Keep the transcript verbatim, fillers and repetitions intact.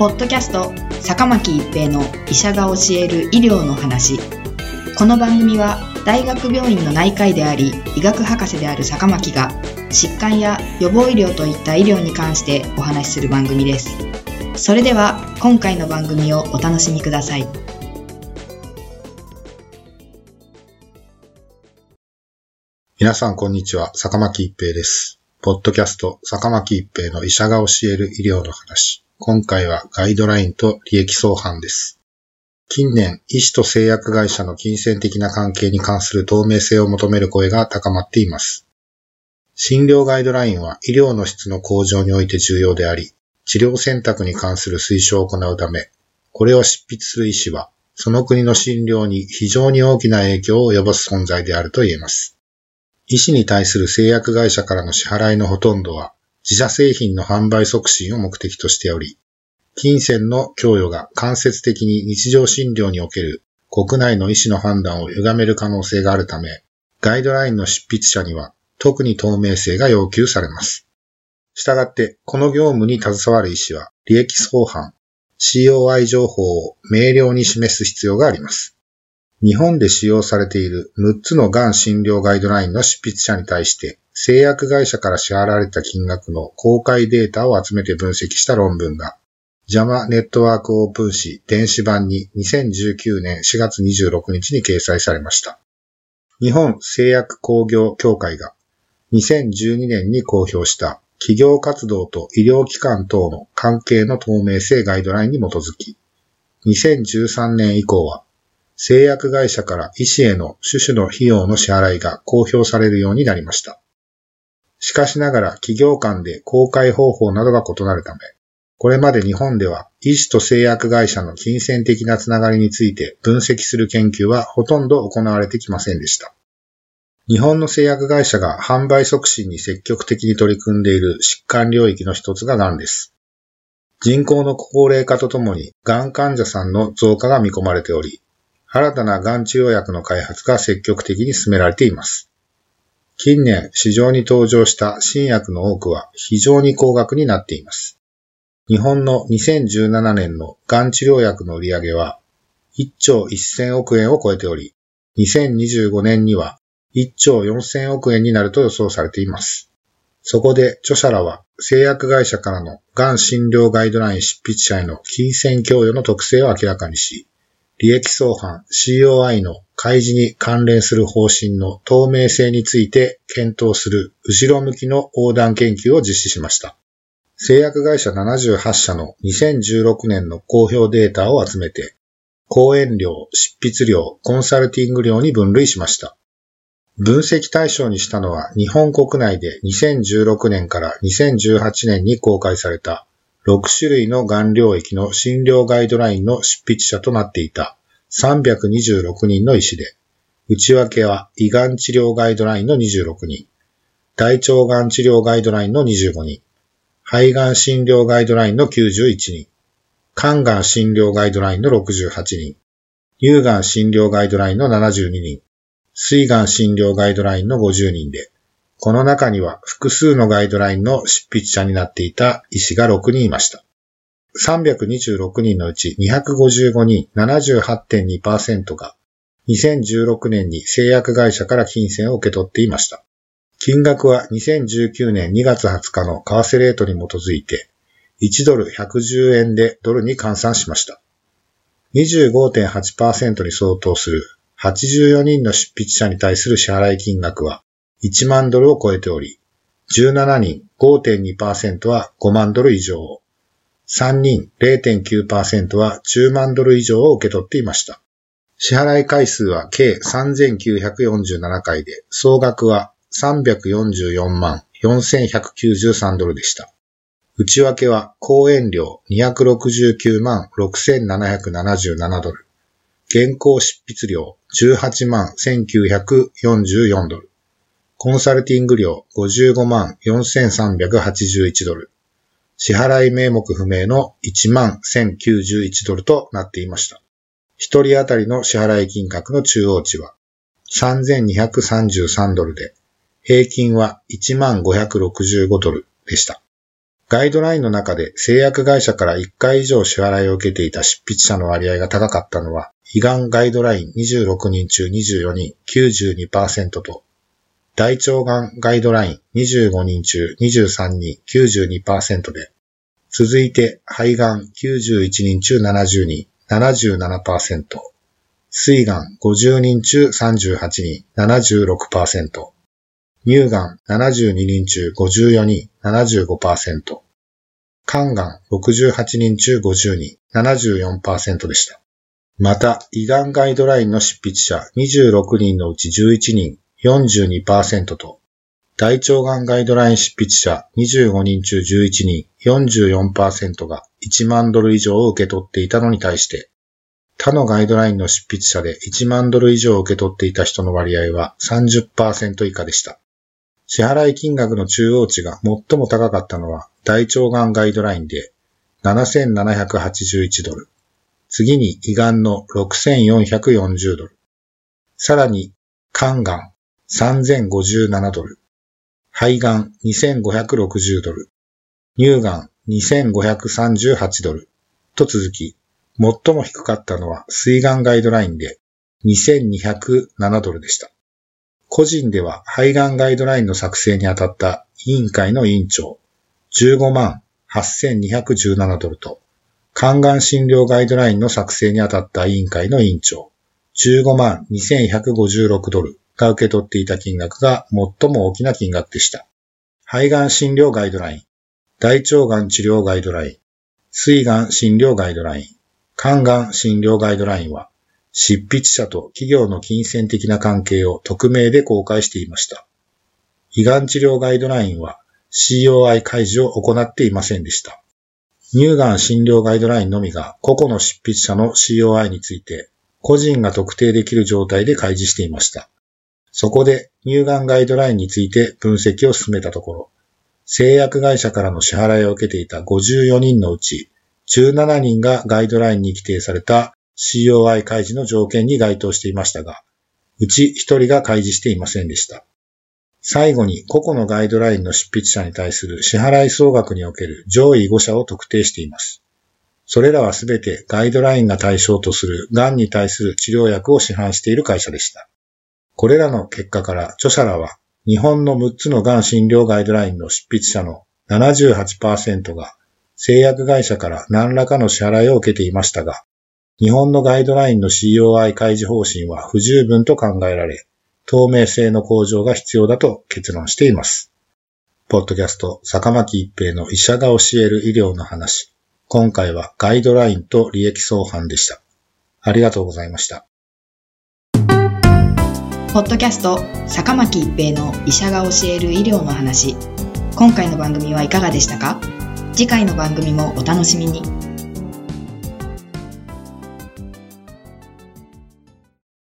ポッドキャスト坂巻一平の医者が教える医療の話。この番組は大学病院の内科医であり医学博士である坂巻が疾患や予防医療といった医療に関してお話しする番組です。それでは今回の番組をお楽しみください。 皆さんこんにちは、坂巻一平です。ポッドキャスト坂巻一平の医者が教える医療の話。今回はガイドラインと利益相反です。近年、医師と製薬会社の金銭的な関係に関する透明性を求める声が高まっています。診療ガイドラインは医療の質の向上において重要であり、治療選択に関する推奨を行うため、これを執筆する医師は、その国の診療に非常に大きな影響を及ぼす存在であると言えます。医師に対する製薬会社からの支払いのほとんどは、自社製品の販売促進を目的としており、金銭の供与が間接的に日常診療における国内の医師の判断を歪める可能性があるため、ガイドラインの執筆者には特に透明性が要求されます。したがって、この業務に携わる医師は、利益相反、シーオーアイ 情報を明瞭に示す必要があります。日本で使用されているむっつのがん診療ガイドラインの執筆者に対して、製薬会社から支払われた金額の公開データを集めて分析した論文が、ジャマ ネットワークオープン誌電子版ににせんじゅうきゅうねんしがつにじゅうろくにちに掲載されました。日本製薬工業協会がにせんじゅうにねんに公表した企業活動と医療機関等の関係の透明性ガイドラインに基づき、にせんじゅうさんねん以降は製薬会社から医師への種々の費用の支払いが公表されるようになりました。しかしながら企業間で公開方法などが異なるため、これまで日本では医師と製薬会社の金銭的なつながりについて分析する研究はほとんど行われてきませんでした。日本の製薬会社が販売促進に積極的に取り組んでいる疾患領域の一つががんです。人口の高齢化とともにがん患者さんの増加が見込まれており、新たながん治療薬の開発が積極的に進められています。近年市場に登場した新薬の多くは非常に高額になっています。日本のにせんじゅうななねんのがん治療薬の売上はいっちょうせんおくえんを超えており、にせんにじゅうごねんにはいっちょうよんせんおくえんになると予想されています。そこで著者らは製薬会社からのがん診療ガイドライン執筆者への金銭供与の特性を明らかにし、利益相反 シーオーアイ の開示に関連する方針の透明性について検討する後ろ向きの横断研究を実施しました。製薬会社ななじゅうはっしゃのにせんじゅうろくねんの公表データを集めて、講演料、執筆料、コンサルティング料に分類しました。分析対象にしたのは日本国内でにせんじゅうろくねんからにせんじゅうはちねんに公開されたろくしゅるいのがん領域の診療ガイドラインの執筆者となっていたさんびゃくにじゅうろくにんの医師で、内訳は胃がん治療ガイドラインのにじゅうろくにん、大腸がん治療ガイドラインのにじゅうごにん、肺がん診療ガイドラインのきゅうじゅういちにん、肝がん診療ガイドラインのろくじゅうはちにん、乳がん診療ガイドラインのななじゅうににん、膵がん診療ガイドラインのごじゅうにんで、この中には複数のガイドラインの執筆者になっていた医師がろくにんいました。さんびゃくにじゅうろくにんのうちにひゃくごじゅうごにん ななじゅうはちてんにパーセント がにせんじゅうろくねんに製薬会社から金銭を受け取っていました。金額はにせんじゅうきゅうねんにがつはつかの為替レートに基づいていちドルひゃくじゅうえんでドルに換算しました。にじゅうごてんはちパーセント に相当するはちじゅうよにんの執筆者に対する支払い金額はいちまんドルを超えており、じゅうななにん ごてんにパーセント はごまんドル以上を、さんにん れいてんきゅうパーセント はじゅうまんドル以上を受け取っていました。支払い回数は計さんぜんきゅうひゃくよんじゅうななかいで、総額はさんびゃくよんじゅうよんまんよんせんひゃくきゅうじゅうさんドルでした。内訳は講演料にひゃくろくじゅうきゅうまんろくせんななひゃくななじゅうななドル、原稿執筆料じゅうはちまんせんきゅうひゃくよんじゅうよんドル、コンサルティング料ごじゅうごまんよんせんさんびゃくはちじゅういちドル、支払い名目不明のいちまんせんきゅうじゅういちドルとなっていました。一人当たりの支払い金額の中央値はさんぜんにひゃくさんじゅうさんドルで、平均はいちまんごひゃくろくじゅうごドルでした。 ガイドラインの中で製薬会社からいっかい以上支払いを受けていた執筆者の割合が高かったのは、胃がんガイドラインにじゅうろくにん中にじゅうよにん きゅうじゅうにパーセント と、大腸がんガイドラインにじゅうごにん中にじゅうさんにん きゅうじゅうにパーセント で、続いて肺がんきゅうじゅういちにん中ななじゅうにん ななじゅうななパーセント、膵がんごじゅうにん中さんじゅうはちにん ななじゅうろくパーセント、乳がんななじゅうににん中ごじゅうよにん ななじゅうごパーセント、肝がんろくじゅうはちにん中ごじゅうにん ななじゅうよんパーセント でした。また、胃がんガイドラインの執筆者にじゅうろくにんのうちじゅういちにん よんじゅうにパーセント と、大腸がんガイドライン執筆者にじゅうごにん中じゅういちにん よんじゅうよんパーセント がいちまんドル以上を受け取っていたのに対して、他のガイドラインの執筆者でいちまんドル以上を受け取っていた人の割合は さんじゅっパーセント 以下でした。支払い金額の中央値が最も高かったのは大腸がんガイドラインでななせんななひゃくはちじゅういちドル、次に胃がんのろくせんよんひゃくよんじゅうドル、さらに肝がんさんぜんごじゅうななドル、肺がんにせんごひゃくろくじゅうドル、乳がんにせんごひゃくさんじゅうはちドルと続き、最も低かったのは膵がんガイドラインでにせんにひゃくななドルでした。個人では肺がんガイドラインの作成にあたった委員会の委員長じゅうごまんはっせんにひゃくじゅうななドルと、肝がん診療ガイドラインの作成にあたった委員会の委員長じゅうごまんにせんひゃくごじゅうろくドルが受け取っていた金額が最も大きな金額でした。肺がん診療ガイドライン、大腸がん治療ガイドライン、膵がん診療ガイドライン、肝がん診療ガイドラインは、執筆者と企業の金銭的な関係を匿名で公開していました。胃がん治療ガイドラインは シーオーアイ 開示を行っていませんでした。乳がん診療ガイドラインのみが個々の執筆者の シーオーアイ について個人が特定できる状態で開示していました。そこで乳がんガイドラインについて分析を進めたところ、製薬会社からの支払いを受けていたごじゅうよにんのうちじゅうななにんがガイドラインに規定された シーオーアイ 開示の条件に該当していましたが、うちひとりが開示していませんでした。最後に個々のガイドラインの執筆者に対する支払い総額における上位ご社を特定しています。それらはすべてガイドラインが対象とするがんに対する治療薬を市販している会社でした。これらの結果から著者らは日本のむっつのがん診療ガイドラインの執筆者の ななじゅうはちパーセント が製薬会社から何らかの支払いを受けていましたが、日本のガイドラインの シーオーアイ 開示方針は不十分と考えられ、透明性の向上が必要だと結論しています。ポッドキャスト、坂巻一平の医者が教える医療の話。今回はガイドラインと利益相反でした。ありがとうございました。 ポッドキャスト、坂巻一平の医者が教える医療の話。今回の番組はいかがでしたか？次回の番組もお楽しみに。